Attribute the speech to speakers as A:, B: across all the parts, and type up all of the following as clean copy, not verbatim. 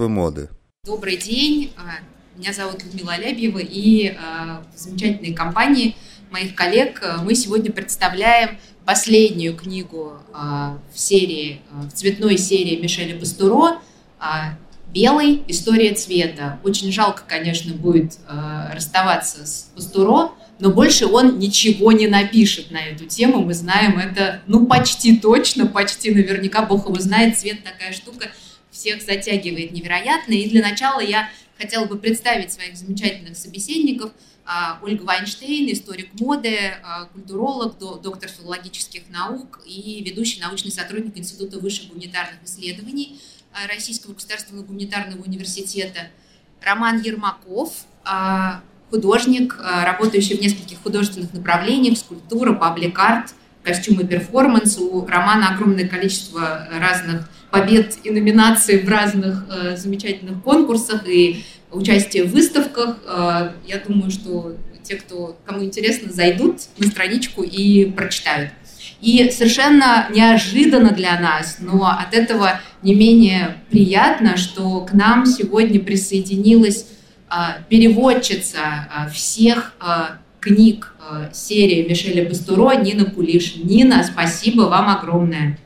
A: Министерства моды.
B: Добрый день, меня зовут Людмила Алябьева, и в замечательной компании моих коллег мы сегодня представляем последнюю книгу в цветной серии Мишеля Пастуро «Белый. История цвета». Очень жалко, конечно, будет расставаться с Пастуро, но больше он ничего не напишет на эту тему. Мы знаем это, почти точно, почти наверняка, Бог его знает, цвет такая штука, всех затягивает невероятно. И для начала я хотела бы представить своих замечательных собеседников. Ольга Вайнштейн, историк моды, культуролог, доктор филологических наук и ведущий научный сотрудник Института высших гуманитарных исследований Российского государственного гуманитарного университета. Роман Ермаков, художник, работающий в нескольких художественных направлениях: скульптура, паблик-арт, костюм и перформанс. У Романа огромное количество разных побед и номинаций в разных замечательных конкурсах и участие в выставках. Я думаю, что те, кому интересно, зайдут на страничку и прочитают. И совершенно неожиданно для нас, но от этого не менее приятно, что к нам сегодня присоединилась переводчица всех книг серии Мишеля Пастуро Нина Кулиш. Нина, спасибо вам огромное.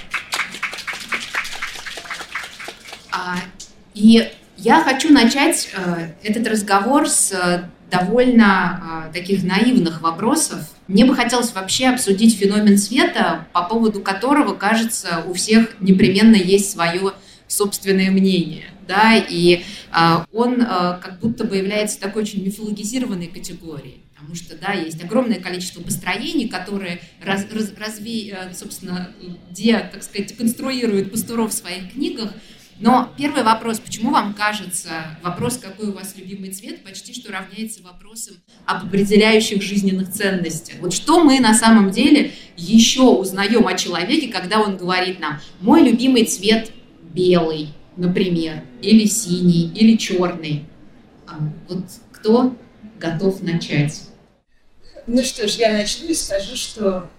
B: И я хочу начать этот разговор с довольно таких наивных вопросов. Мне бы хотелось вообще обсудить феномен цвета, по поводу которого, кажется, у всех непременно есть свое собственное мнение. Да? И он как будто бы является такой очень мифологизированной категорией. Потому что, да, есть огромное количество построений, которые собственно, так сказать, конструирует Пастуро в своих книгах. Но первый вопрос: почему вам кажется вопрос, какой у вас любимый цвет, почти что равняется вопросам об определяющих жизненных ценностях? Вот что мы на самом деле еще узнаем о человеке, когда он говорит нам: мой любимый цвет белый, например, или синий, или черный? Вот кто готов начать?
C: Ну что ж, я начну и скажу, что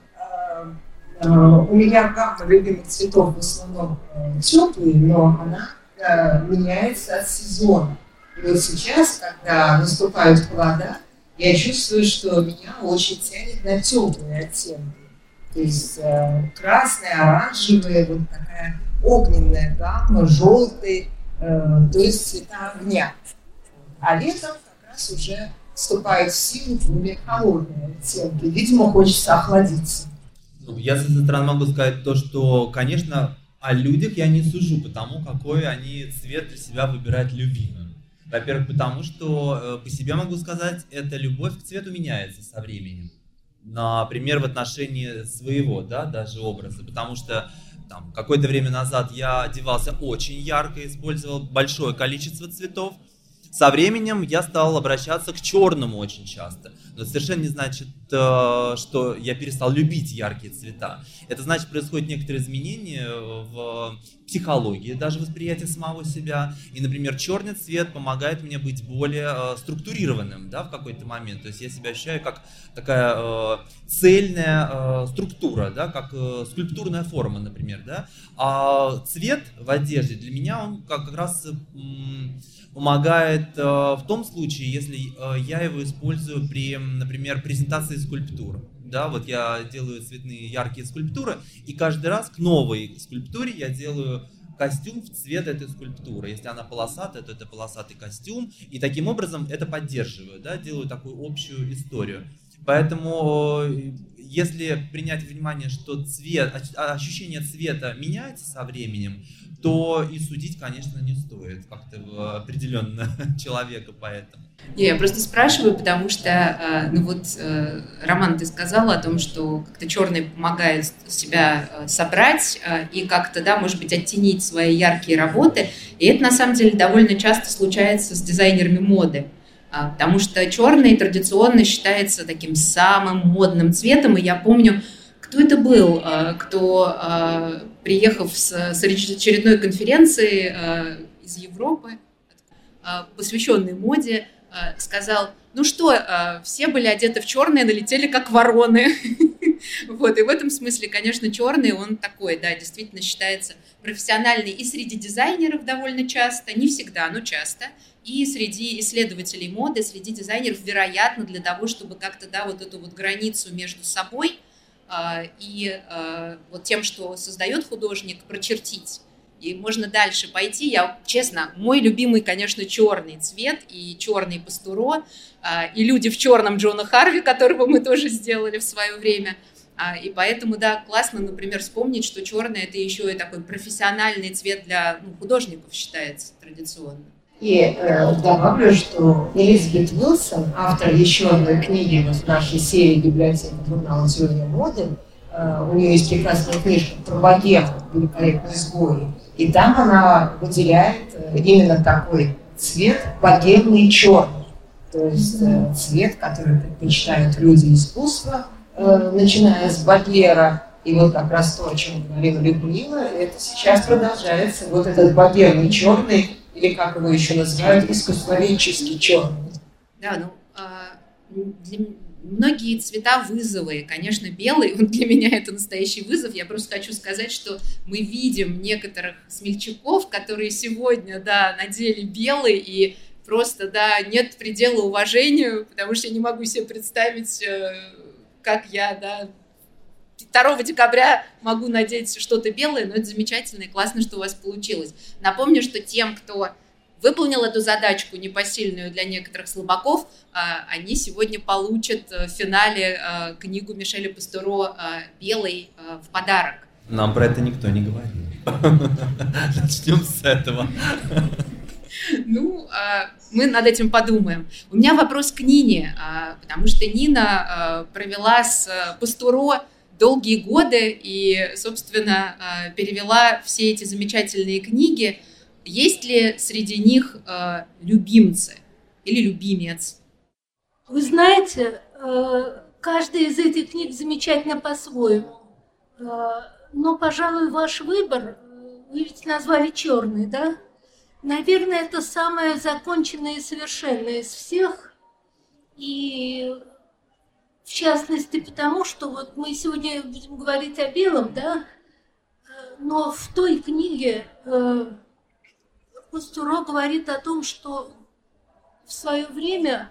C: у меня гамма любимых цветов в основном теплые, но она меняется от сезона. И вот сейчас, когда наступают холода, я чувствую, что меня очень тянет на теплые оттенки. То есть красные, оранжевые, вот такая огненная гамма, желтый, то есть цвета огня. А летом как раз уже вступают в силу более холодные оттенки. Видимо, хочется охладиться.
D: Я со своей стороны могу сказать то, что, конечно, о людях я не сужу по тому, какой они цвет для себя выбирают любимым. Во-первых, потому что по себе могу сказать, эта любовь к цвету меняется со временем. Например, в отношении своего, да, даже образа. Потому что какое-то время назад я одевался очень ярко, использовал большое количество цветов. Со временем я стал обращаться к черному очень часто. Но это совершенно не значит, что я перестал любить яркие цвета. Это значит, происходят некоторые изменения в психологии, даже восприятия самого себя. И, например, черный цвет помогает мне быть более структурированным, да, в какой-то момент. То есть я себя ощущаю как такая цельная структура, да, как скульптурная форма, например. Да. А цвет в одежде для меня он как раз помогает в том случае, если я его использую при, например, презентации скульптур. Да, вот я делаю цветные яркие скульптуры, и каждый раз к новой скульптуре я делаю костюм в цвет этой скульптуры. Если она полосатая, то это полосатый костюм, и таким образом это поддерживаю, да, делаю такую общую историю. Поэтому, если принять во внимание, что ощущение цвета меняется со временем, то и судить, конечно, не стоит как-то определенно человека по этому.
B: Я просто спрашиваю, потому что, Роман, ты сказала о том, что как-то черный помогает себя собрать и как-то, да, может быть, оттенить свои яркие работы. И это, на самом деле, довольно часто случается с дизайнерами моды. Потому что черный традиционно считается таким самым модным цветом. И я помню, кто это был, кто, приехав с очередной конференции из Европы, посвященной моде, сказал: ну что, все были одеты в черное, налетели как вороны. Вот, и в этом смысле, конечно, черный, он такой, да, действительно считается профессиональный и среди дизайнеров довольно часто, не всегда, но часто, и среди исследователей моды, среди дизайнеров, вероятно, для того, чтобы как-то, да, вот эту вот границу между собой и вот тем, что создает художник, прочертить. И можно дальше пойти. Я, честно, мой любимый, конечно, черный цвет и черный пастуро, и люди в черном Джона Харви, которого мы тоже сделали в свое время. И поэтому, да, классно, например, вспомнить, что черный – это еще и такой профессиональный цвет для художников, считается традиционно.
C: И добавлю, что Элизабет Уилсон, автор еще одной книги в нашей серии «Библиотека журнала «Теория моды», у нее есть прекрасная книжка про богему «Великолепные изгои», и там она выделяет именно такой цвет богемный черный, то есть цвет, который предпочитают люди искусства, начиная с Бодлера, и вот как раз то, о чем говорила Людмила, это сейчас продолжается, вот этот богемный черный, или как его еще называют, искусствоведческий черный.
B: Да, многие цвета вызовы, конечно, белый, он для меня это настоящий вызов. Я просто хочу сказать, что мы видим некоторых смельчаков, которые сегодня, да, надели белый, и просто, да, нет предела уважению, потому что я не могу себе представить, как я, да, 2 декабря могу надеть что-то белое, но это замечательно и классно, что у вас получилось. Напомню, что тем, кто выполнил эту задачку непосильную для некоторых слабаков, они сегодня получат в финале книгу Мишеля Пастуро «Белый» в подарок.
D: Нам про это никто не говорил. Начнем с этого.
B: Мы над этим подумаем. У меня вопрос к Нине, потому что Нина провела с Пастуро долгие годы и, собственно, перевела все эти замечательные книги. Есть ли среди них любимцы или любимец?
A: Вы знаете, каждая из этих книг замечательна по-своему. Но, пожалуй, ваш выбор, вы ведь назвали «Черный», да? Наверное, это самое законченное и совершенное из всех. И в частности потому, что вот мы сегодня будем говорить о белом, да? Но в той книге Пастуро говорит о том, что в свое время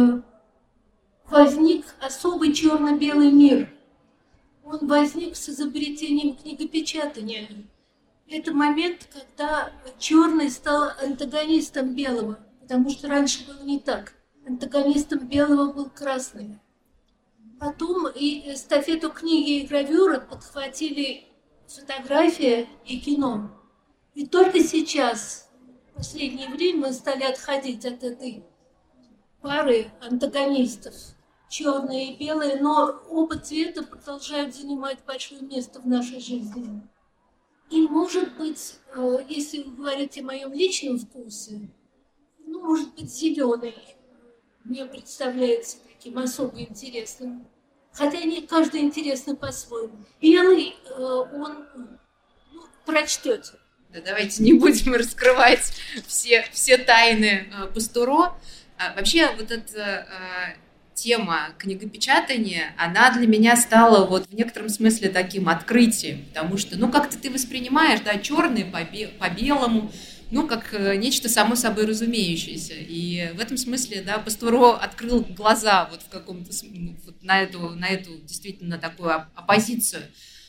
A: возник особый черно-белый мир. Он возник с изобретением книгопечатания. Это момент, когда черный стал антагонистом белого, потому что раньше было не так. Антагонистом белого был красный. Потом и эстафету книги и гравюры подхватили фотография и кино. И только сейчас, в последнее время, мы стали отходить от этой пары антагонистов, черные и белые, но оба цвета продолжают занимать большое место в нашей жизни. И, может быть, если вы говорите о моем личном вкусе, может быть, зеленый мне представляется таким особо интересным. Хотя они каждый интересный по-своему. Белый он прочтете.
B: Да, давайте не будем раскрывать все тайны Пастуро. Вообще, вот эта тема книгопечатания, она для меня стала вот в некотором смысле таким открытием, потому что, как-то ты воспринимаешь, да, черный по белому, как нечто само собой разумеющееся. И в этом смысле, да, Пастуро открыл глаза вот в каком-то на эту действительно такую оппозицию.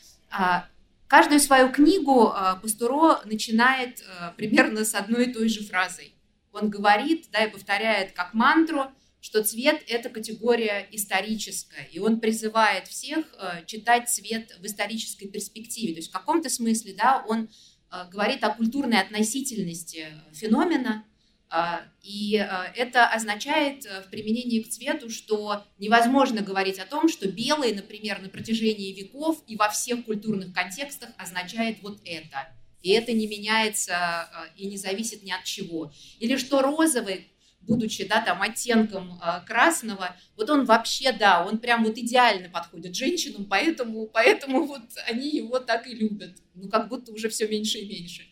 B: Каждую свою книгу Пастуро начинает примерно с одной и той же фразой. Он говорит, да, и повторяет как мантру, что цвет – это категория историческая, и он призывает всех читать цвет в исторической перспективе. То есть в каком-то смысле, да, он говорит о культурной относительности феномена, и это означает в применении к цвету, что невозможно говорить о том, что белый, например, на протяжении веков и во всех культурных контекстах означает вот это, и это не меняется и не зависит ни от чего. Или что розовый, будучи, да, там, оттенком красного, вот он вообще, да, он прям вот идеально подходит женщинам, поэтому вот они его так и любят. Как будто уже все меньше и меньше.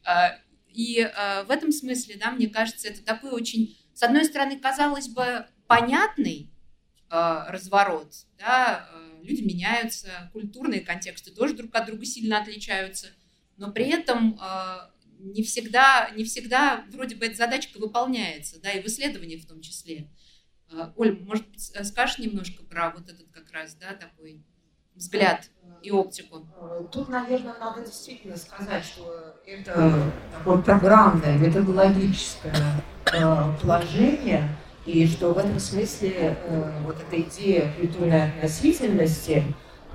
B: И в этом смысле, да, мне кажется, это такой очень, с одной стороны, казалось бы, понятный разворот, да, люди меняются, культурные контексты тоже друг от друга сильно отличаются, но при этом не всегда вроде бы эта задачка выполняется, да, и в исследованиях в том числе. Оль, может быть, скажешь немножко про вот этот как раз, да, такой взгляд и оптику?
C: Тут, наверное, надо действительно сказать, что это такое программное, методологическое положение, и что в этом смысле вот эта идея культурной относительности,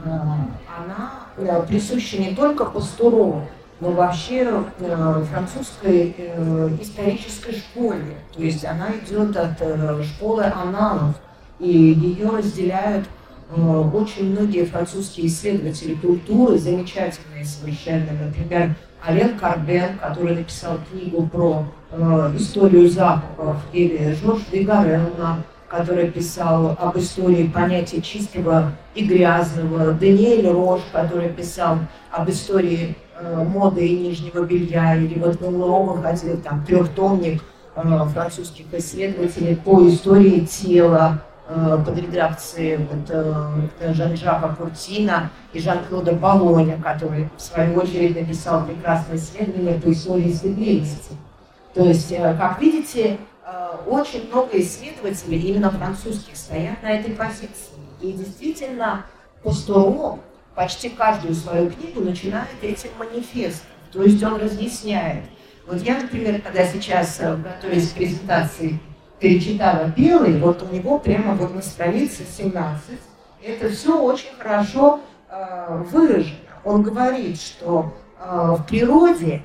C: она присуща не только Пастурову, но вообще французской исторической школе. То есть она идет от школы аналов, и ее разделяют очень многие французские исследователи культуры, замечательные совершенно. Например, Ален Карбен, который написал книгу про историю запахов, или Жорж Вигарелла, который писал об истории понятия чистого и грязного, Даниэль Рош, который писал об истории моды и нижнего белья, или вот мы выходили там трехтомник французских исследователей по истории тела под редакцией Жан-Жака Куртина и Жан-Клода Болоня, который в свою очередь написал прекрасное исследование по истории светлейности. То есть, как видите, очень много исследователей, именно французских, стоят на этой позиции. И действительно, Пастуро почти каждую свою книгу начинает этим манифестом. То есть он разъясняет. Вот я, например, когда сейчас, готовясь к презентации, перечитала «Белый», вот у него прямо вот на странице 17, это все очень хорошо выражено. Он говорит, что в природе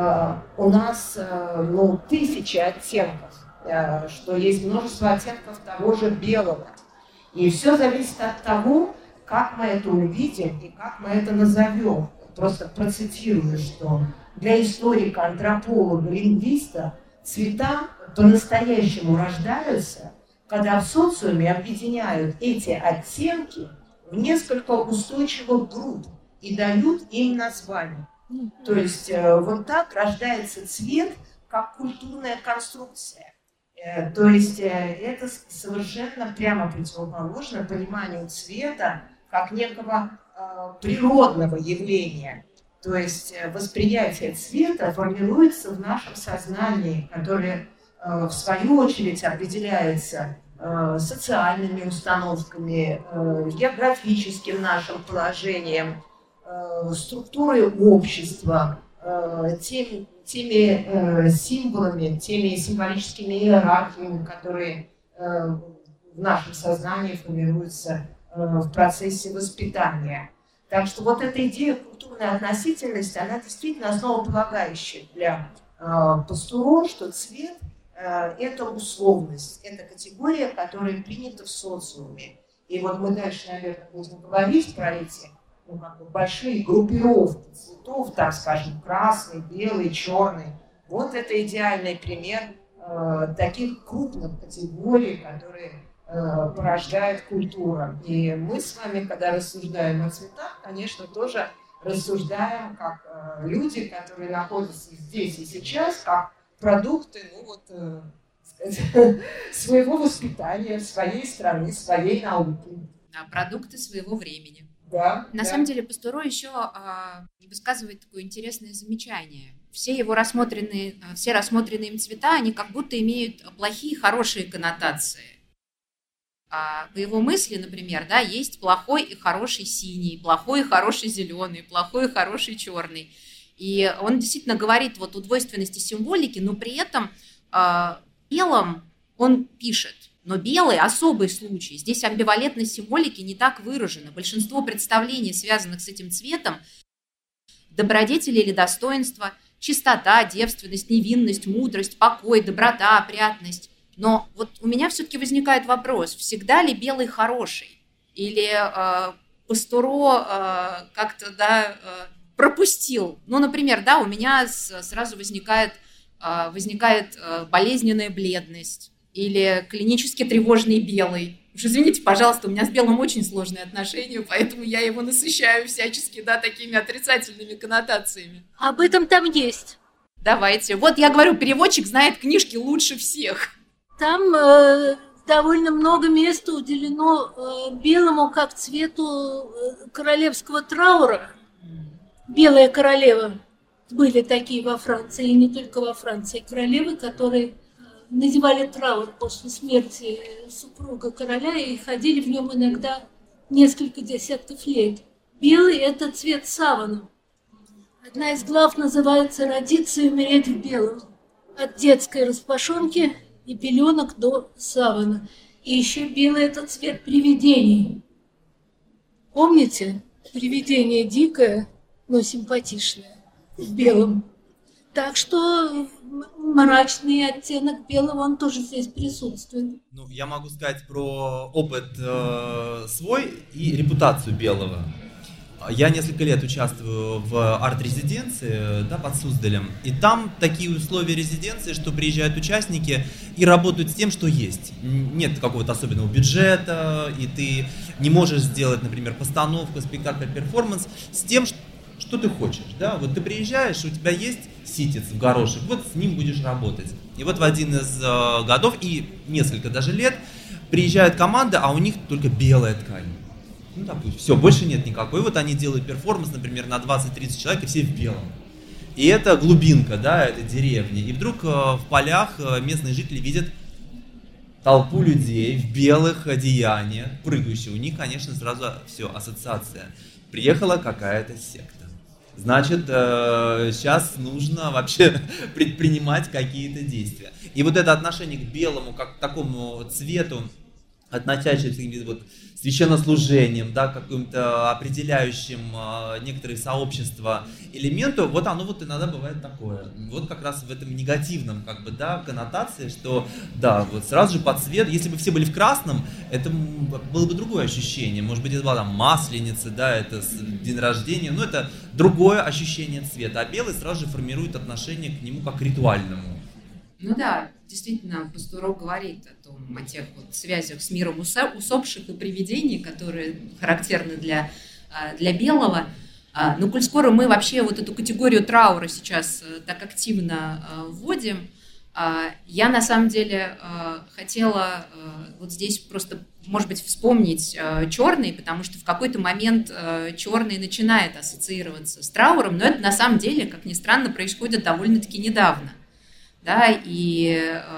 C: у нас тысячи оттенков, что есть множество оттенков того же белого. И все зависит от того, как мы это увидим и как мы это назовем. Просто процитирую, что для историка, антрополога, лингвиста цвета по-настоящему рождаются, когда в социуме объединяют эти оттенки в несколько устойчивых групп и дают им название. То есть вот так рождается цвет как культурная конструкция. То есть это совершенно прямо противоположно пониманию цвета как некого природного явления. То есть восприятие цвета формируется в нашем сознании, которое в свою очередь определяется социальными установками, географическим нашим положением, структурой общества, теми символами, теми символическими иерархиями, которые в нашем сознании формируются в процессе воспитания. Так что вот эта идея культурной относительности, она действительно основополагающая для Пастуро, что цвет – это условность, это категория, которая принята в социуме. И вот мы дальше, наверное, будем говорить про эти большие группировки цветов, так скажем, красный, белый, черный. Вот это идеальный пример таких крупных категорий, которые порождает культура. И мы с вами, когда рассуждаем о цветах, конечно, тоже рассуждаем как люди, которые находятся здесь и сейчас, как продукты, своего воспитания, своей страны, своей науки.
B: Да, продукты своего времени.
C: Да,
B: На самом деле Пастуро еще высказывает такое интересное замечание. Все рассмотренные им цвета, они как будто имеют плохие и хорошие коннотации. По его мысли, например, да, есть плохой и хороший синий, плохой и хороший зеленый, плохой и хороший черный. И он действительно говорит вот о двойственности символики, но при этом белым он пишет. Но белый – особый случай. Здесь амбивалентность символики не так выражена. Большинство представлений, связанных с этим цветом, добродетели или достоинства, чистота, девственность, невинность, мудрость, покой, доброта, опрятность. Но вот у меня все-таки возникает вопрос, всегда ли белый хороший? Или Пастуро как-то пропустил? Ну, например, да, у меня сразу возникает болезненная бледность или клинически тревожный белый. Уж извините, пожалуйста, у меня с белым очень сложные отношения, поэтому я его насыщаю всячески, да, такими отрицательными коннотациями.
A: Об этом там есть.
B: Давайте. Вот я говорю, переводчик знает книжки лучше всех.
A: Там довольно много места уделено белому как цвету королевского траура. Белая королева. были такие во Франции, и не только во Франции, королевы, которые надевали траур после смерти супруга короля и ходили в нем иногда несколько десятков лет. Белый – это цвет савана. Одна из глав называется «Родиться и умереть в белом». От детской распашонки и пеленок до савана. И еще белый – это цвет привидений. Помните? Привидение дикое, но симпатичное, в белом. Так что мрачный оттенок белого, он тоже здесь присутствует.
D: Ну, я могу сказать про опыт свой и репутацию белого. Я несколько лет участвую в арт-резиденции, да, под Суздалем, и там такие условия резиденции, что приезжают участники и работают с тем, что есть. Нет какого-то особенного бюджета, и ты не можешь сделать, например, постановку, спектакль, перформанс с тем, что ты хочешь. Да? Вот ты приезжаешь, у тебя есть ситец в горошек, вот с ним будешь работать. И вот в один из годов, и несколько даже лет, приезжают команды, а у них только белая ткань. Ну, допустим, все, больше нет никакой. Вот они делают перформанс, например, на 20-30 человек, и все в белом. И это глубинка, да, это деревня. И вдруг в полях местные жители видят толпу людей в белых одеяниях, прыгающих. У них, конечно, сразу все, ассоциация. Приехала какая-то секта. Значит, сейчас нужно вообще предпринимать какие-то действия. И вот это отношение к белому, как к такому цвету, относящимся вот священнослужением, да, каким-то определяющим некоторые сообщества элементу, вот оно вот иногда бывает такое. Вот как раз в этом негативном, как бы, да, коннотации, что, да, вот сразу же под цвет, если бы все были в красном, это было бы другое ощущение. Может быть, это была там масленица, да, это день рождения, но это другое ощущение цвета. А белый сразу же формирует отношение к нему как к ритуальному.
B: Ну да, действительно, Пастуро говорит о тех вот связях с миром усопших и привидений, которые характерны для белого. Но коль скоро мы вообще вот эту категорию траура сейчас так активно вводим, я на самом деле хотела вот здесь просто, может быть, вспомнить черный, потому что в какой-то момент черный начинает ассоциироваться с трауром, но это на самом деле, как ни странно, происходит довольно-таки недавно. Да, и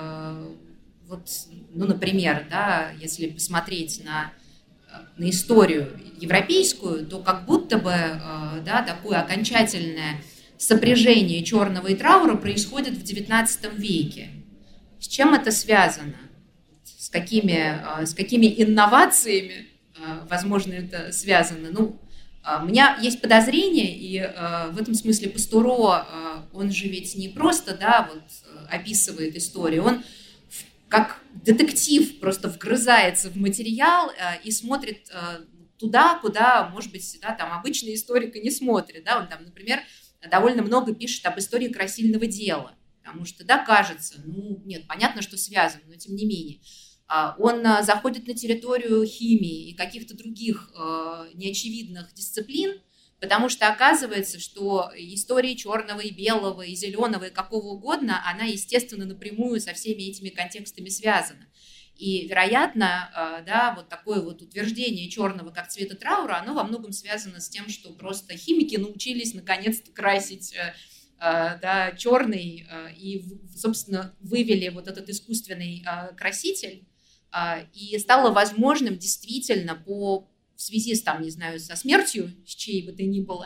B: вот, ну, например, да, если посмотреть на историю европейскую, то как будто бы, да, такое окончательное сопряжение черного и траура происходит в XIX веке. С чем это связано? С какими инновациями, возможно, это связано? Ну, у меня есть подозрение, и в этом смысле Пастуро, он же ведь не просто, да, вот описывает историю, он как детектив просто вгрызается в материал и смотрит туда, куда, может быть, да, там обычный историк и не смотрит. Да? Он там, например, довольно много пишет об истории красильного дела, потому что, да, кажется, ну, нет, понятно, что связано, но тем не менее. Он заходит на территорию химии и каких-то других неочевидных дисциплин, потому что оказывается, что история черного и белого, и зеленого, и какого угодно, она, естественно, напрямую со всеми этими контекстами связана. И, вероятно, да, вот такое вот утверждение черного как цвета траура, оно во многом связано с тем, что просто химики научились наконец-то красить, да, черный и, собственно, вывели вот этот искусственный краситель, и стало возможным действительно в связи с, там, не знаю, со смертью, с чьей бы то ни было,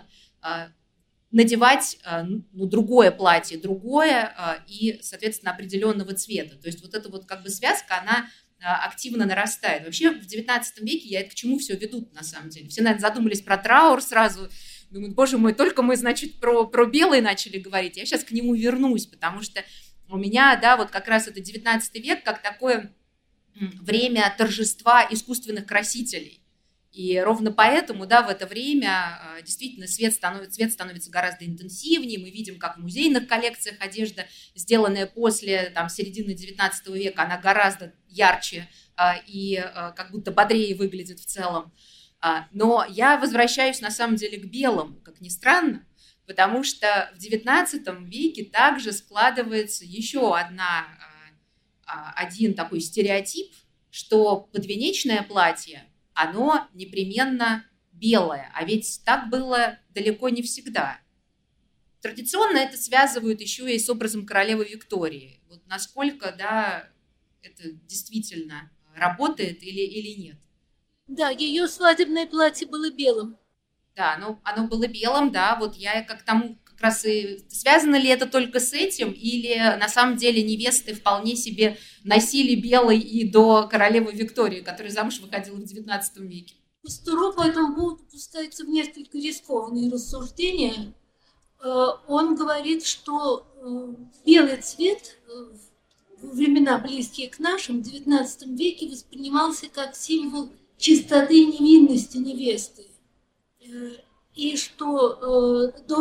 B: надевать, ну, другое платье, другое и, соответственно, определенного цвета. То есть вот эта вот как бы связка, она активно нарастает. Вообще в XIX веке я это к чему все ведут на самом деле? Все, наверное, задумались про траур сразу, думают, боже мой, только мы, значит, про белый начали говорить. Я сейчас к нему вернусь, потому что у меня, да, вот как раз это XIX век как такое время торжества искусственных красителей. И ровно поэтому, да, в это время действительно цвет становится гораздо интенсивнее. Мы видим, как в музейных коллекциях одежда, сделанная после там, середины XIX века, она гораздо ярче и как будто бодрее выглядит в целом. Но я возвращаюсь на самом деле к белому, как ни странно, потому что в XIX веке также складывается еще один такой стереотип, что подвенечное платье, оно непременно белое. А ведь так было далеко не всегда. традиционно это связывают еще и с образом королевы Виктории. Вот насколько, да, это действительно работает или нет.
A: Да, ее свадебное платье было белым.
B: Да, оно было белым, да, вот я как тому как раз и... Связано ли это только с этим, или на самом деле невесты вполне себе носили белый и до королевы Виктории, которая замуж выходила в XIX веке?
A: Пастуро по этому поводу пускается в несколько рискованные рассуждения. Он говорит, что белый цвет во времена, близкие к нашим, в XIX веке воспринимался как символ чистоты и невинности невесты. И что до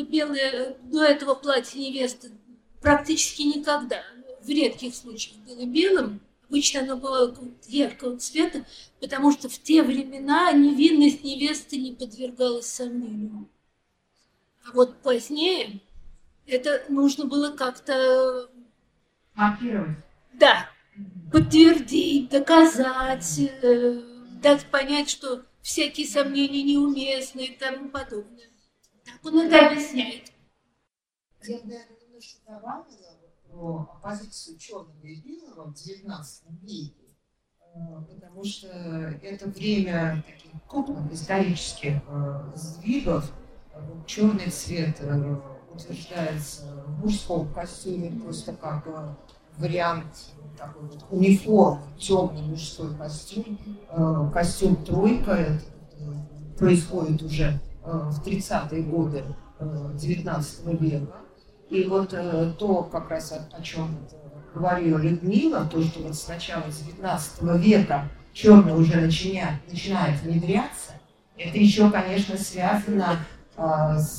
A: этого платья невесты практически никогда, в редких случаях, было белым. Обычно оно было яркого цвета, потому что в те времена невинность невесты не подвергалась сомнению. А вот позднее это нужно было как-то...
B: Маркировать.
A: Да, подтвердить, доказать, дать понять, что всякие сомнения неуместны и тому подобное. Так он это объясняет.
C: Я, наверное, немножко добавила про оппозицию черного и белого в XIX веке, потому что это время таких крупных исторических сдвигов. Черный цвет утверждается в мужском костюме просто как вариант такой вот униформы, темный мужской костюм, костюм тройка, это происходит уже в 30-е годы XIX века. И вот то, как раз о чем говорила Людмила, то, что вот с начала XIX века черный уже начинает внедряться, это еще, конечно, связано с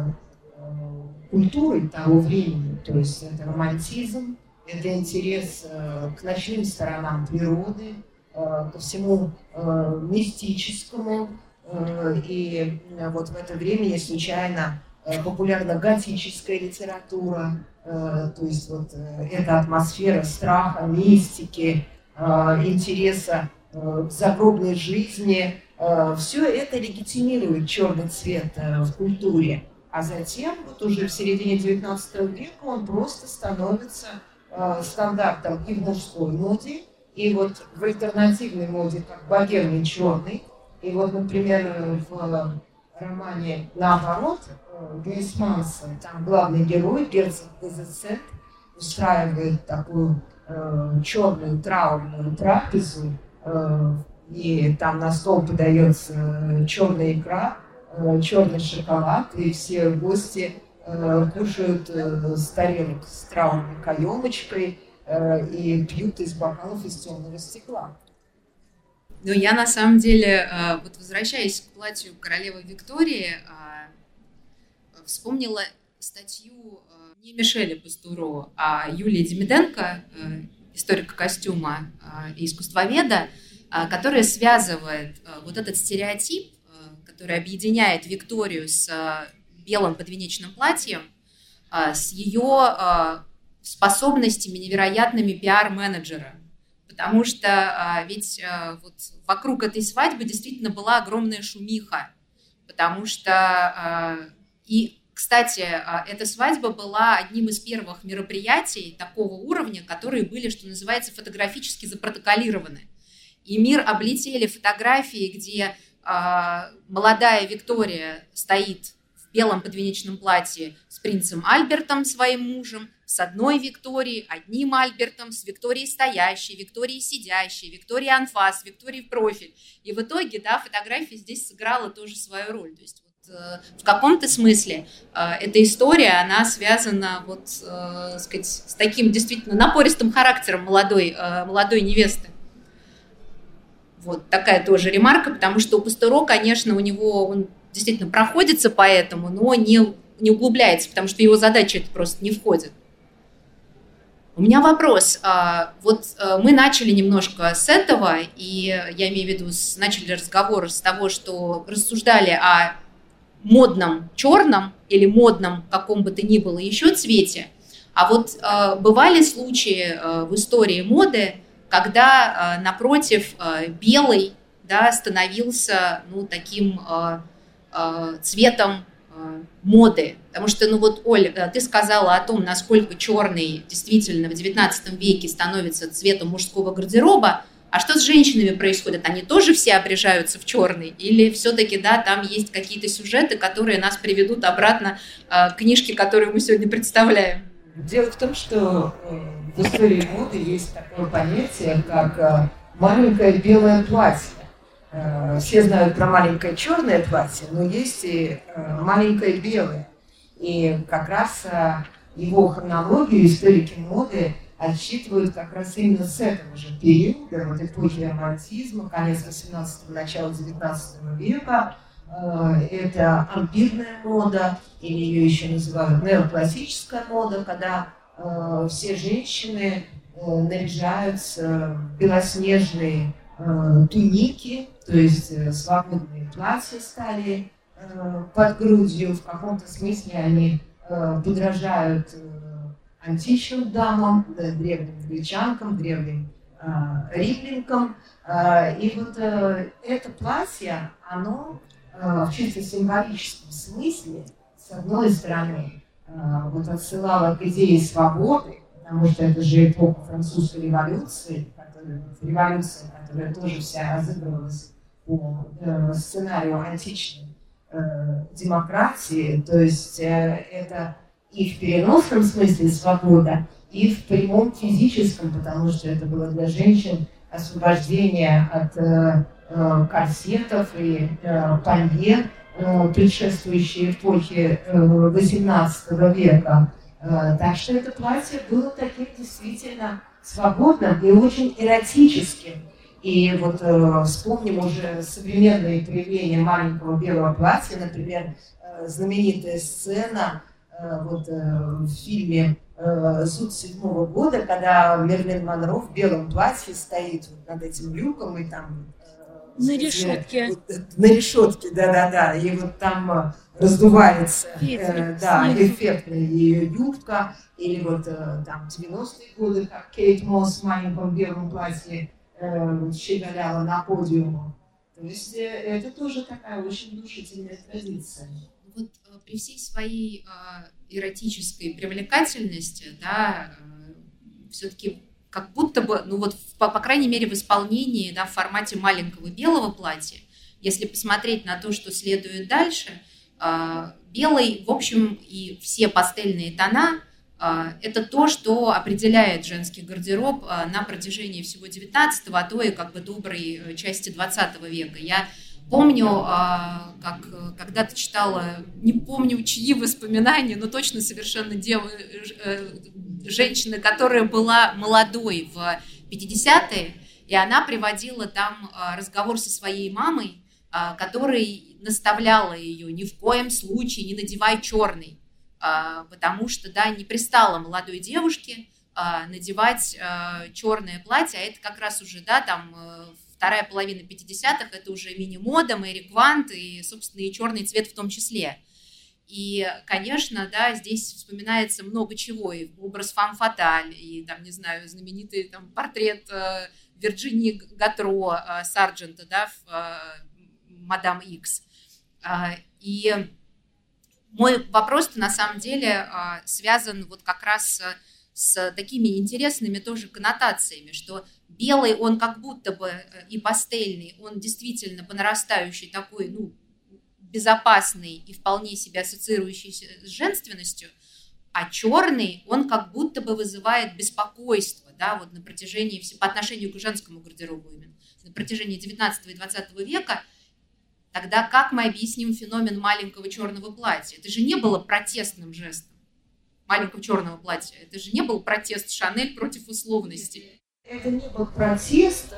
C: культурой того времени, то есть это романтизм, это интерес к ночным сторонам природы, ко всему мистическому, и вот в это время не случайно популярна готическая литература, то есть вот эта атмосфера страха, мистики, интереса к загробной жизни, все это легитимирует черный цвет в культуре. А затем, вот уже в середине XIX века, он просто становится стандартом и в мужской моде, и вот в альтернативной моде, как богемный черный. И вот, например, в романе «Наоборот» Гюйсманса, там главный герой, герцог Дезесет, устраивает такую черную траурную трапезу, и там на стол подается черная икра, черный шоколад, и все гости кушают с тарелок с траурной каемочкой и пьют из бокалов из темного стекла.
B: Но я на самом деле, вот возвращаясь к платью королевы Виктории, вспомнила статью не Мишеля Пастуро, а Юлии Демиденко, историка костюма и искусствоведа, которая связывает вот этот стереотип, который объединяет Викторию с белым подвенечным платьем, с ее способностями невероятными пиар-менеджера. Потому что ведь вот вокруг этой свадьбы действительно была огромная шумиха. Потому что, и, кстати, эта свадьба была одним из первых мероприятий такого уровня, которые были, что называется, фотографически запротоколированы. И мир облетели фотографии, где молодая Виктория стоит в белом подвенечном платье с принцем Альбертом, своим мужем, с одной Викторией, одним Альбертом, с Викторией стоящей, Викторией сидящей, Викторией анфас, Викторией в профиль. И в итоге, да, фотография здесь сыграла тоже свою роль. То есть вот, в каком-то смысле эта история, она связана вот, сказать, с таким действительно напористым характером молодой невесты. Вот такая тоже ремарка, потому что у Пастуро, конечно, он действительно проходится по этому, но не углубляется, потому что его задача это просто не входит. У меня вопрос. Вот мы начали немножко с этого, и я имею в виду, начали разговор с того, что рассуждали о модном черном или модном каком бы то ни было еще цвете. А вот бывали случаи в истории моды, когда напротив белый, да, становился таким цветом моды. Потому что, ну вот, Оля, ты сказала о том, насколько черный действительно в XIX веке становится цветом мужского гардероба. А что с женщинами происходит? Они тоже все обрежаются в черный? Или все-таки, да, там есть какие-то сюжеты, которые нас приведут обратно к книжке, которую мы сегодня представляем?
C: Дело в том, что в истории моды есть такое понятие, как маленькое белое платье. Все знают про маленькое черное платье, но есть и маленькое белое. И как раз его хронологию историки моды отсчитывают как раз именно с этого же периода, вот эпохи романтизма, конец 18-го, начало 19 века. Это ампирная мода, или ее еще называют неоклассическая мода, когда все женщины наряжаются в белоснежные туники, то есть свободные платья стали под грудью. В каком-то смысле они подражают античным дамам, древним гречанкам, древним римлянкам. И вот это платье, оно в чисто символическом смысле, с одной стороны, вот отсылало к идее свободы, потому что это же эпоха французской революции, которая тоже вся разыгрывалась по сценарию античной демократии, то есть это и в переносном смысле свобода, и в прямом физическом, потому что это было для женщин освобождение от корсетов и панье, предшествующей эпохи XVIII века. Так что это платье было таким действительно свободным и очень эротическим. И вот вспомним уже современные проявления маленького белого платья, например, знаменитая сцена вот, в фильме «Суд 7-го года», когда Мерлин Монро в белом платье стоит вот над этим люком и там...
A: На решетке.
C: На решетке, да-да-да. И вот там раздувается эффектная ее юбка. Или вот там 90-е годы, как Кейт Мосс в маленьком белом платье щеголяла на подиуме. То есть это тоже такая очень внушительная традиция.
B: Вот при всей своей эротической привлекательности, да, все-таки как будто бы, ну вот, по крайней мере, в исполнении, да, в формате маленького белого платья, если посмотреть на то, что следует дальше, белый, в общем, и все пастельные тона это то, что определяет женский гардероб на протяжении всего 19-го, а то и как бы доброй части 20 века. Я помню, как когда-то читала, не помню чьи воспоминания, но точно совершенно женщины, которая была молодой в 50-е, и она приводила там разговор со своей мамой, которая наставляла ее: ни в коем случае не надевай черный, потому что, да, не пристало молодой девушке надевать черное платье, а это как раз уже, да, там вторая половина 50-х, это уже мини-мода, Мэри Квант и, собственно, и черный цвет в том числе. И, конечно, да, здесь вспоминается много чего, и образ фам-фаталь, и, там, не знаю, знаменитый там портрет Вирджинии Гатро, Сарджента, да, в «Мадам Икс». И мой вопрос-то на самом деле связан вот как раз с такими интересными тоже коннотациями, что белый, он как будто бы и пастельный, он действительно по нарастающей такой, ну, безопасный и вполне себя ассоциирующийся с женственностью, а черный, он как будто бы вызывает беспокойство, да, вот на протяжении, по отношению к женскому гардеробу именно, на протяжении 19 и 20 века. Тогда как мы объясним феномен маленького черного платья? Это же не было протестным жестом маленького черного платья. Это же не был протест Шанель против условности.
C: Это не был протест,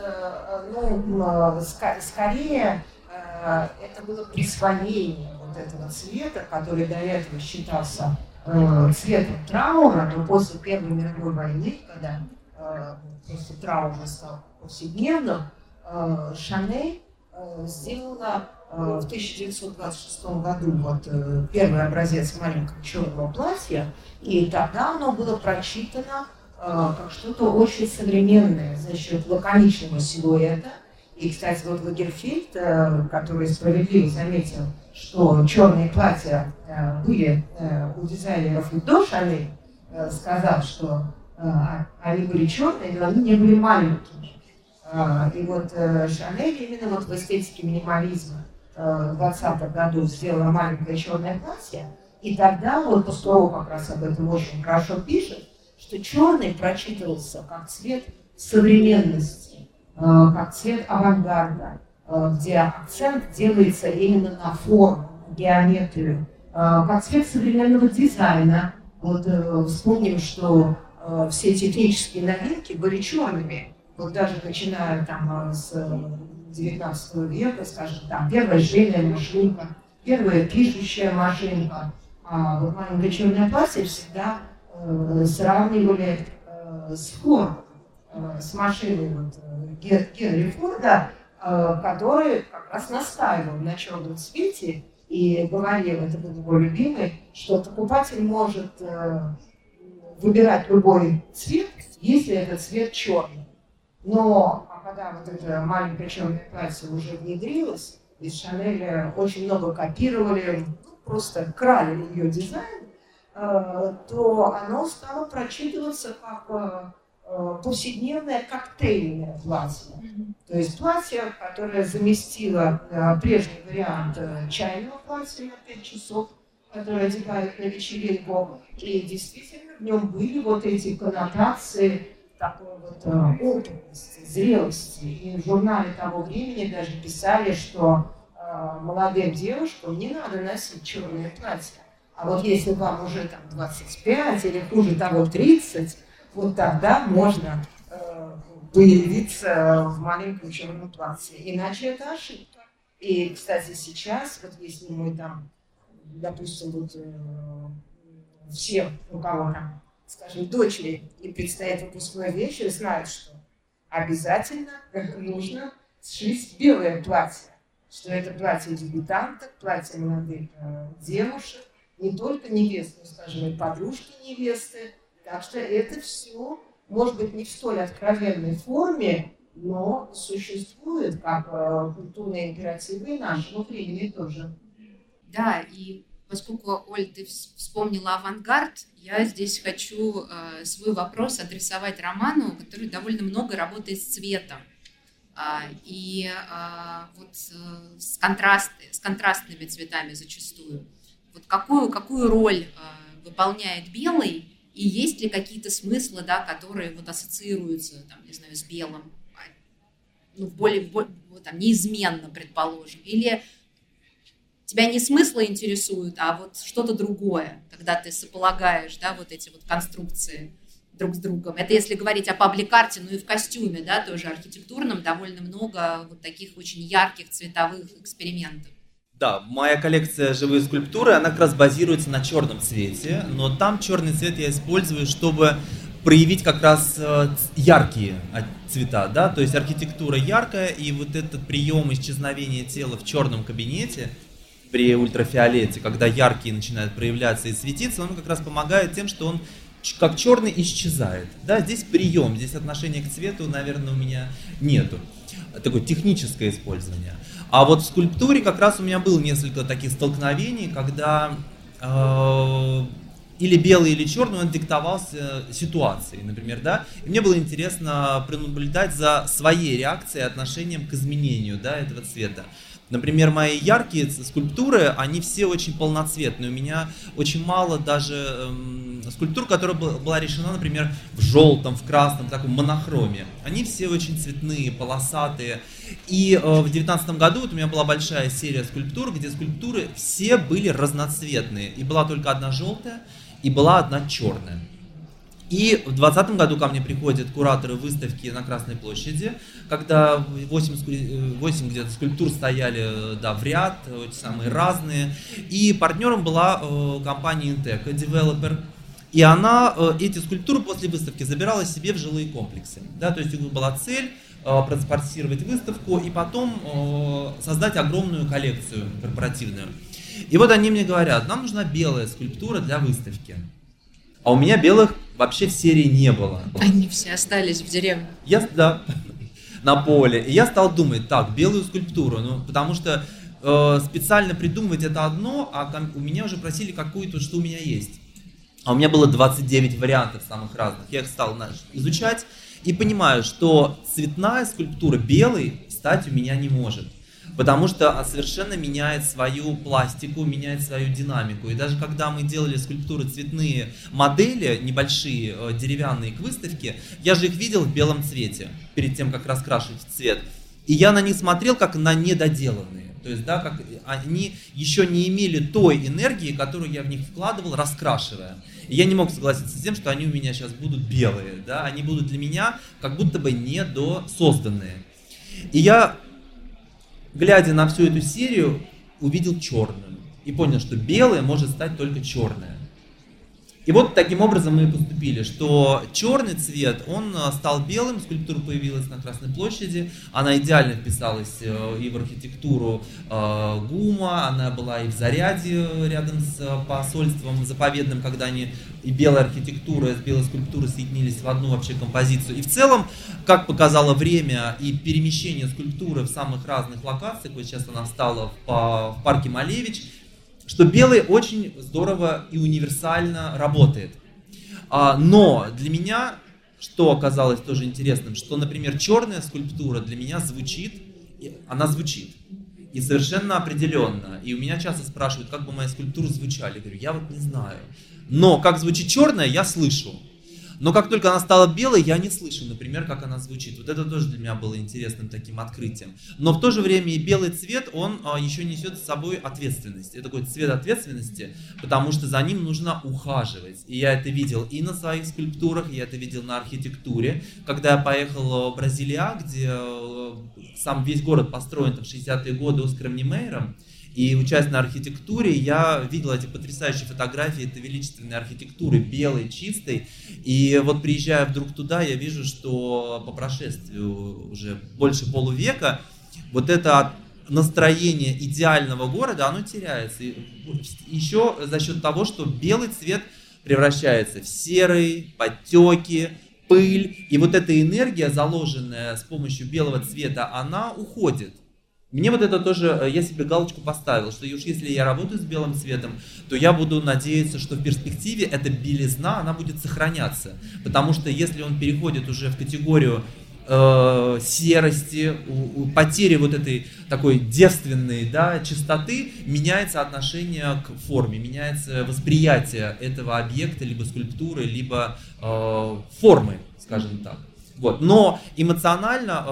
C: но скорее это было присвоение вот этого цвета, который до этого считался цветом траура, но после Первой мировой войны, когда просто траур стал повседневным, Шанель сделала в 1926 году вот первый образец маленького черного платья, и тогда оно было прочитано как что-то очень современное за счет лаконичного силуэта и И, кстати, вот Лагерфельд, который справедливо заметил, что черные платья были у дизайнеров и до Шанель, сказал, что они были черные, но они не были маленькими. И вот Шанель именно вот в эстетике минимализма в 20-х годах сделала маленькое черное платье, и тогда вот Пастуро как раз об этом очень хорошо пишет, что черный прочитывался как цвет современности, как цвет авангарда, где акцент делается именно на форму, на геометрию, как цвет современного дизайна. Вот вспомним, что все технические новинки были черными. Вот даже начиная там с 19 века, скажем, там первая швейная машинка, первая пишущая машинка. Вот маленькое черное платье всегда сравнивали с Фордом, с машиной вот, Генри Форда, который как раз настаивал на черном цвете и говорил, это был его любимый, что покупатель может выбирать любой цвет, если этот цвет черный. Но когда вот это маленькое черное платье уже внедрилось, из Шанель очень много копировали, просто крали ее дизайн, то оно стало прочитываться как повседневное коктейльное платье. То есть платье, которое заместило прежний вариант чайного платья на 5 часов, которое одевают на вечеринку. И действительно в нем были вот эти коннотации такой вот опытности, зрелости. И в журнале того времени даже писали, что молодым девушкам не надо носить черное платье. А вот если вам уже там 25 или хуже того 30, вот тогда можно появиться в маленьком черном платье. Иначе это ошибка. И, кстати, сейчас, вот если мы там, допустим, вот все, у кого там, скажем, дочери и предстоит выпускной вечер, знают, что обязательно нужно сшить белое платье. Что это платье дебютанток, платье молодых девушек, не только невест, но, скажем, и подружки невесты. Так что это все, может быть, не в столь откровенной форме, но существует как культурные императивы нашего времени тоже.
B: Да, и поскольку, Оль, ты вспомнила авангард, я здесь хочу свой вопрос адресовать Роману, который довольно много работает с цветом. И вот с контрастными цветами зачастую. Вот какую роль выполняет белый, и есть ли какие-то смыслы, да, которые вот ассоциируются, там, не знаю, с белым, ну, более там, неизменно, предположим, или тебя не смыслы интересуют, а вот что-то другое, когда ты сополагаешь, да, вот эти вот конструкции друг с другом. Это если говорить о паблик-арте, ну и в костюме, да, тоже архитектурном, довольно много вот таких очень ярких цветовых экспериментов.
D: Да, моя коллекция живой скульптуры, она как раз базируется на черном цвете, но там черный цвет я использую, чтобы проявить как раз яркие цвета, да, то есть архитектура яркая, и вот этот прием исчезновения тела в черном кабинете при ультрафиолете, когда яркие начинают проявляться и светиться, он как раз помогает тем, что он как черный исчезает. Да, здесь прием, здесь отношения к цвету, наверное, у меня нету. Такое техническое использование. А вот в скульптуре как раз у меня было несколько таких столкновений, когда или белый, или черный, он диктовался ситуацией, например, да. И мне было интересно пронаблюдать за своей реакцией, отношением к изменению, да, этого цвета. Например, мои яркие скульптуры, они все очень полноцветные. У меня очень мало даже скульптур, которая была решена, например, в желтом, в красном, в таком монохроме. Они все очень цветные, полосатые. И в 2019 году вот у меня была большая серия скульптур, где скульптуры все были разноцветные. И была только одна желтая, и была одна черная. И в 2020 году ко мне приходят кураторы выставки на Красной площади, когда 8 где-то скульптур стояли, да, в ряд, самые разные. И партнером была компания Inteco, Developer. И она эти скульптуры после выставки забирала себе в жилые комплексы. Да, то есть у них была цель транспортировать выставку и потом создать огромную коллекцию корпоративную. И вот они мне говорят, нам нужна белая скульптура для выставки. А у меня белых вообще в серии не было.
B: Они все остались в деревне.
D: Да. на поле. И я стал думать, так, белую скульптуру, ну, потому что специально придумывать это одно, а у меня уже просили какую-то, что у меня есть. А у меня было 29 вариантов самых разных. Я их стал изучать и понимаю, что цветная скульптура белой стать у меня не может. Потому что совершенно меняет свою пластику, меняет свою динамику. И даже когда мы делали скульптуры цветные модели, небольшие, деревянные к выставке, я же их видел в белом цвете, перед тем, как раскрашивать в цвет. И я на них смотрел как на недоделанные. То есть, да, как они еще не имели той энергии, которую я в них вкладывал, раскрашивая. И я не мог согласиться с тем, что они у меня сейчас будут белые. Да? Они будут для меня как будто бы недосозданные. И я, глядя на всю эту серию, увидел черную. И понял, что белое может стать только черное. И вот таким образом мы и поступили, что черный цвет, он стал белым, скульптура появилась на Красной площади, она идеально вписалась и в архитектуру ГУМа, она была и в Заряде рядом с посольством заповедным, когда они и белая архитектура с белой скульптурой соединились в одну вообще композицию. И в целом, как показало время и перемещение скульптуры в самых разных локациях, вот сейчас она встала в парке Малевич, что белый очень здорово и универсально работает. Но для меня, что оказалось тоже интересным, что, например, черная скульптура для меня звучит, она звучит. И совершенно определенно. И у меня часто спрашивают, как бы мои скульптуры звучали. Я говорю, я вот не знаю. Но как звучит черная, я слышу. Но как только она стала белой, я не слышу, например, как она звучит. Вот это тоже для меня было интересным таким открытием. Но в то же время и белый цвет, он еще несет с собой ответственность. Это такой цвет ответственности, потому что за ним нужно ухаживать. И я это видел и на своих скульптурах, я это видел на архитектуре. Когда я поехал в Бразилия, где сам весь город построен в 60-е годы Оскаром Немейером, и учась на архитектуре, я видел эти потрясающие фотографии этой величественной архитектуры, белой, чистой. И вот приезжая вдруг туда, я вижу, что по прошествию уже больше полувека вот это настроение идеального города, оно теряется. И еще за счет того, что белый цвет превращается в серый, подтеки, пыль. И вот эта энергия, заложенная с помощью белого цвета, она уходит. Мне вот это тоже, я себе галочку поставил, что уж если я работаю с белым цветом, то я буду надеяться, что в перспективе эта белизна, она будет сохраняться. Потому что если он переходит уже в категорию серости, потери вот этой такой девственной, да, чистоты, меняется отношение к форме, меняется восприятие этого объекта, либо скульптуры, либо формы, скажем так. Вот. Но эмоционально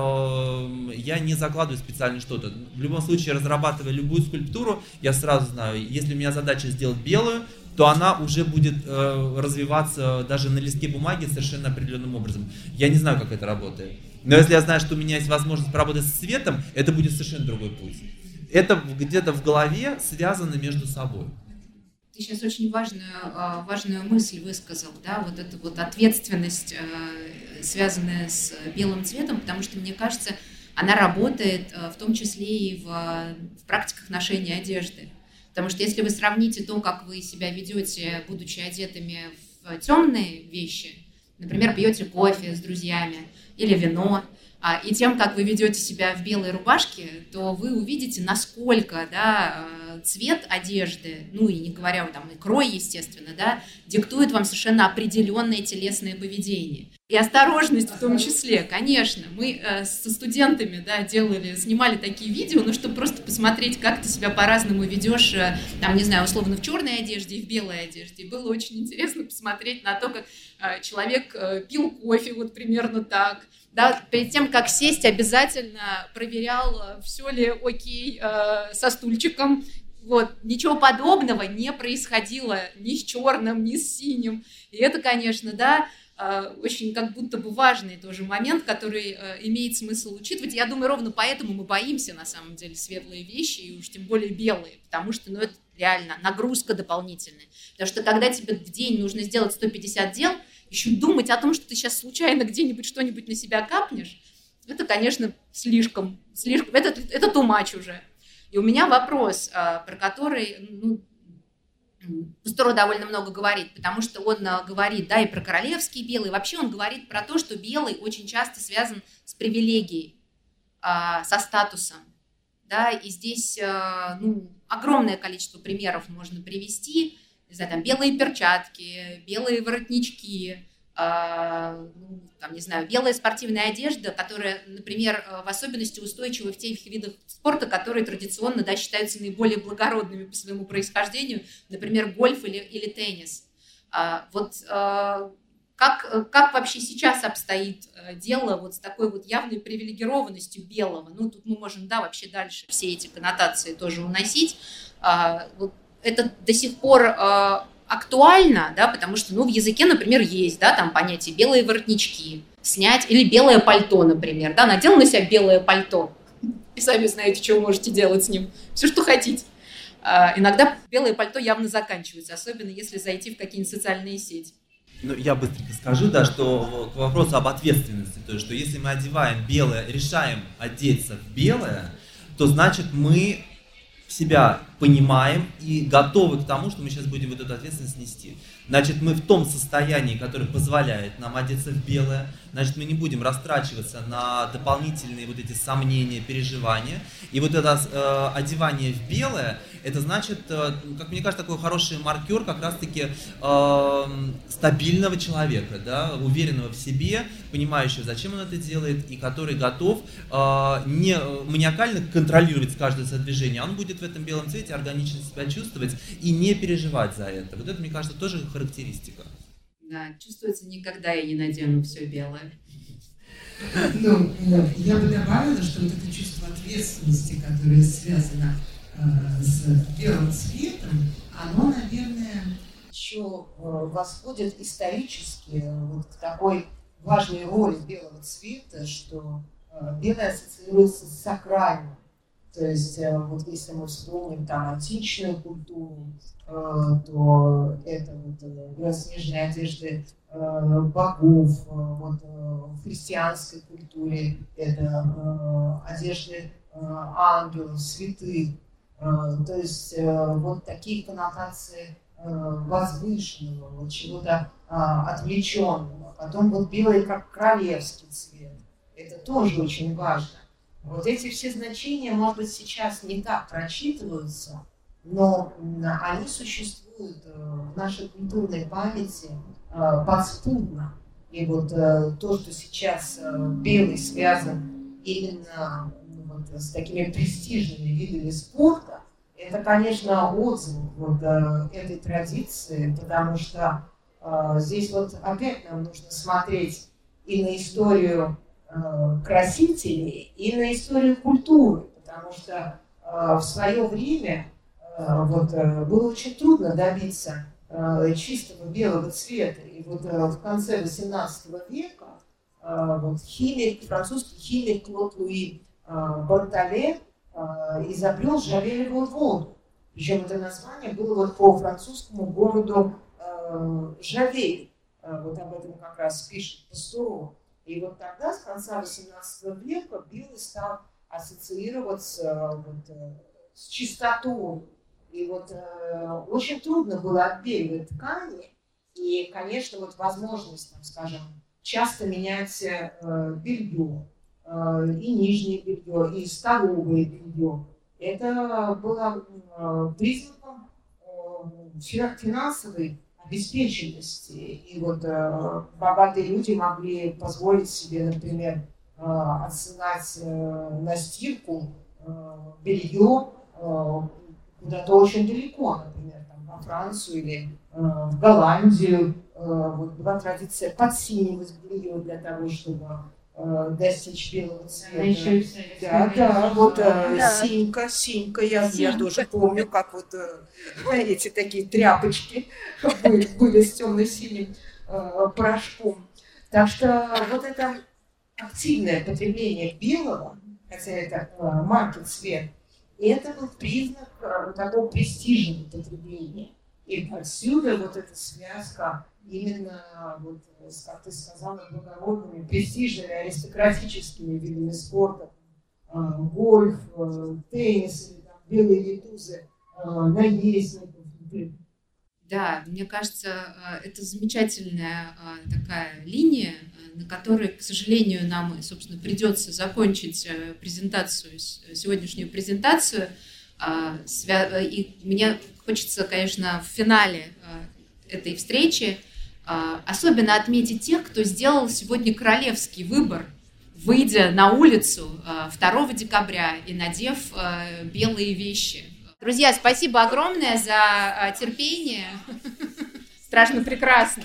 D: я не закладываю специально что-то. В любом случае, разрабатывая любую скульптуру, я сразу знаю, если у меня задача сделать белую, то она уже будет развиваться даже на листке бумаги совершенно определенным образом. Я не знаю, как это работает. Но если я знаю, что у меня есть возможность поработать с цветом, это будет совершенно другой путь. Это где-то в голове связано между собой.
B: Ты сейчас очень важную мысль высказал, да, вот эта вот ответственность, связанная с белым цветом, потому что, мне кажется, она работает в том числе и в практиках ношения одежды. Потому что если вы сравните то, как вы себя ведете, будучи одетыми в темные вещи, например, пьете кофе с друзьями или вино, и тем, как вы ведете себя в белой рубашке, то вы увидите, насколько, да, цвет одежды, ну и не говоря там и крой, естественно, да, диктует вам совершенно определенное телесное поведение. И осторожность в том числе, конечно. Мы со студентами, да, снимали такие видео, ну, чтобы просто посмотреть, как ты себя по-разному ведешь, там, не знаю, условно, в черной одежде и в белой одежде. И было очень интересно посмотреть на то, как человек пил кофе, вот примерно так. Да, перед тем, как сесть, обязательно проверял, все ли окей со стульчиком. Вот. Ничего подобного не происходило ни с черным, ни с синим. И это, конечно, да, очень как будто бы важный тоже момент, который имеет смысл учитывать. Я думаю, ровно поэтому мы боимся, на самом деле, светлые вещи, и уж тем более белые, потому что, ну, это реально нагрузка дополнительная. Потому что когда тебе в день нужно сделать 150 дел, еще думать о том, что ты сейчас случайно где-нибудь что-нибудь на себя капнешь, это, конечно, слишком это too much уже. И у меня вопрос, про который, ну, Пустуро довольно много говорит, потому что он говорит, да, и про королевский белый, вообще он говорит про то, что белый очень часто связан с привилегией. со статусом. Да, и здесь огромное количество примеров можно привести. Не знаю, там белые перчатки, белые воротнички, белая спортивная одежда, которая, например, в особенности устойчива в тех видах спорта, которые традиционно, да, считаются наиболее благородными по своему происхождению, например, гольф или теннис. Как вообще сейчас обстоит дело вот с такой вот явной привилегированностью белого? Тут мы можем, да, вообще дальше все эти коннотации тоже уносить. Это до сих пор актуально, да, потому что, в языке, например, есть, да, там понятие белые воротнички, снять, или белое пальто, например, да, надел на себя белое пальто, и сами знаете, что вы можете делать с ним, все, что хотите. Иногда белое пальто явно заканчивается, особенно если зайти в какие-нибудь социальные сети.
D: Я быстренько скажу, да, что к вопросу об ответственности, то есть, что если мы одеваем белое, решаем одеться в белое, то значит мы себя понимаем и готовы к тому, что мы сейчас будем вот эту ответственность нести. Значит, мы в том состоянии, которое позволяет нам одеться в белое, значит, мы не будем растрачиваться на дополнительные вот эти сомнения, переживания. И вот это одевание в белое, это значит, как мне кажется, такой хороший маркер как раз-таки стабильного человека, да, уверенного в себе, понимающего, зачем он это делает, и который готов не маниакально контролировать каждое свое движение, а он будет в этом белом цвете органично себя чувствовать и не переживать за это. Вот это, мне кажется, тоже характеристика.
B: Да, чувствуется, никогда я не надену все белое.
C: Я бы добавила, что вот это чувство ответственности, которое связано с белым цветом, оно, наверное, еще восходит исторически вот к такой важной роли белого цвета, что белое ассоциируется с сакральным. То есть, вот если мы вспомним там античную культуру, то это вот белоснежные одежды богов, вот в христианской культуре это одежды ангелов, святых. То есть вот такие коннотации возвышенного, вот чего-то отвлеченного. Потом вот белый как королевский цвет. Это тоже очень важно. Вот эти все значения, может быть, сейчас не так прочитываются, но они существуют в нашей культурной памяти подспудно. И вот то, что сейчас белый связан именно с такими престижными видами спорта, это, конечно, отзыв вот этой традиции, потому что здесь вот опять нам нужно смотреть и на историю красителей, и на историю культуры, потому что в свое время было очень трудно добиться чистого белого цвета. И вот в конце XVIII века французский химик Клод Луи Бартоле изобрел жавелевую воду. Причем это название было вот по французскому городу Жавель. Вот об этом как раз пишет Пастуро. И вот тогда, с конца XVIII века, белый стал ассоциироваться с чистотой. И вот очень трудно было отбеливать ткани. И, конечно, вот возможность, там, скажем, часто менять белье, и нижнее белье, и столовое белье. Это было признаком финансовой обеспеченности. И вот богатые люди могли позволить себе, например, отсылать на стирку белье куда-то очень далеко, например, там, во Францию или в Голландию. Вот была традиция подсинивать белье для того, чтобы достичь белого цвета. Да, вот синька, я тоже помню, как вот эти такие тряпочки были с темно-синим порошком. Так что вот это активное потребление белого, хотя это маркий цвет, это был признак такого престижного потребления. И отсюда вот эта связка именно, вот, как ты сказала, благородными, престижными, аристократическими видами спорта. Гольф, теннис, или, там, белые ретузы, наездников.
B: Да, мне кажется, это замечательная такая линия, на которой, к сожалению, нам, собственно, придется закончить сегодняшнюю презентацию. И мне хочется, конечно, в финале этой встречи особенно отметить тех, кто сделал сегодня королевский выбор, выйдя на улицу 2 декабря и надев белые вещи. Друзья, спасибо огромное за терпение. Страшно прекрасно.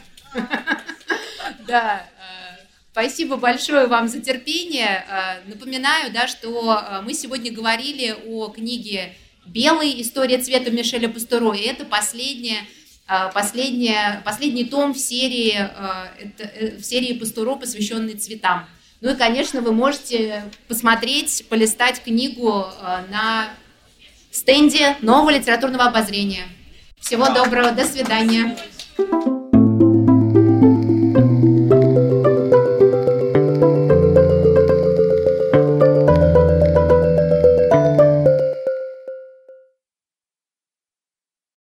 B: Да, спасибо большое вам за терпение. Напоминаю, да, что мы сегодня говорили о книге «Белый. История цвета» Мишеля Пастуро. И это последний том в серии Пастуро, посвященной цветам. Ну и, конечно, вы можете посмотреть, полистать книгу на стенде Нового литературного обозрения. Всего доброго, до свидания.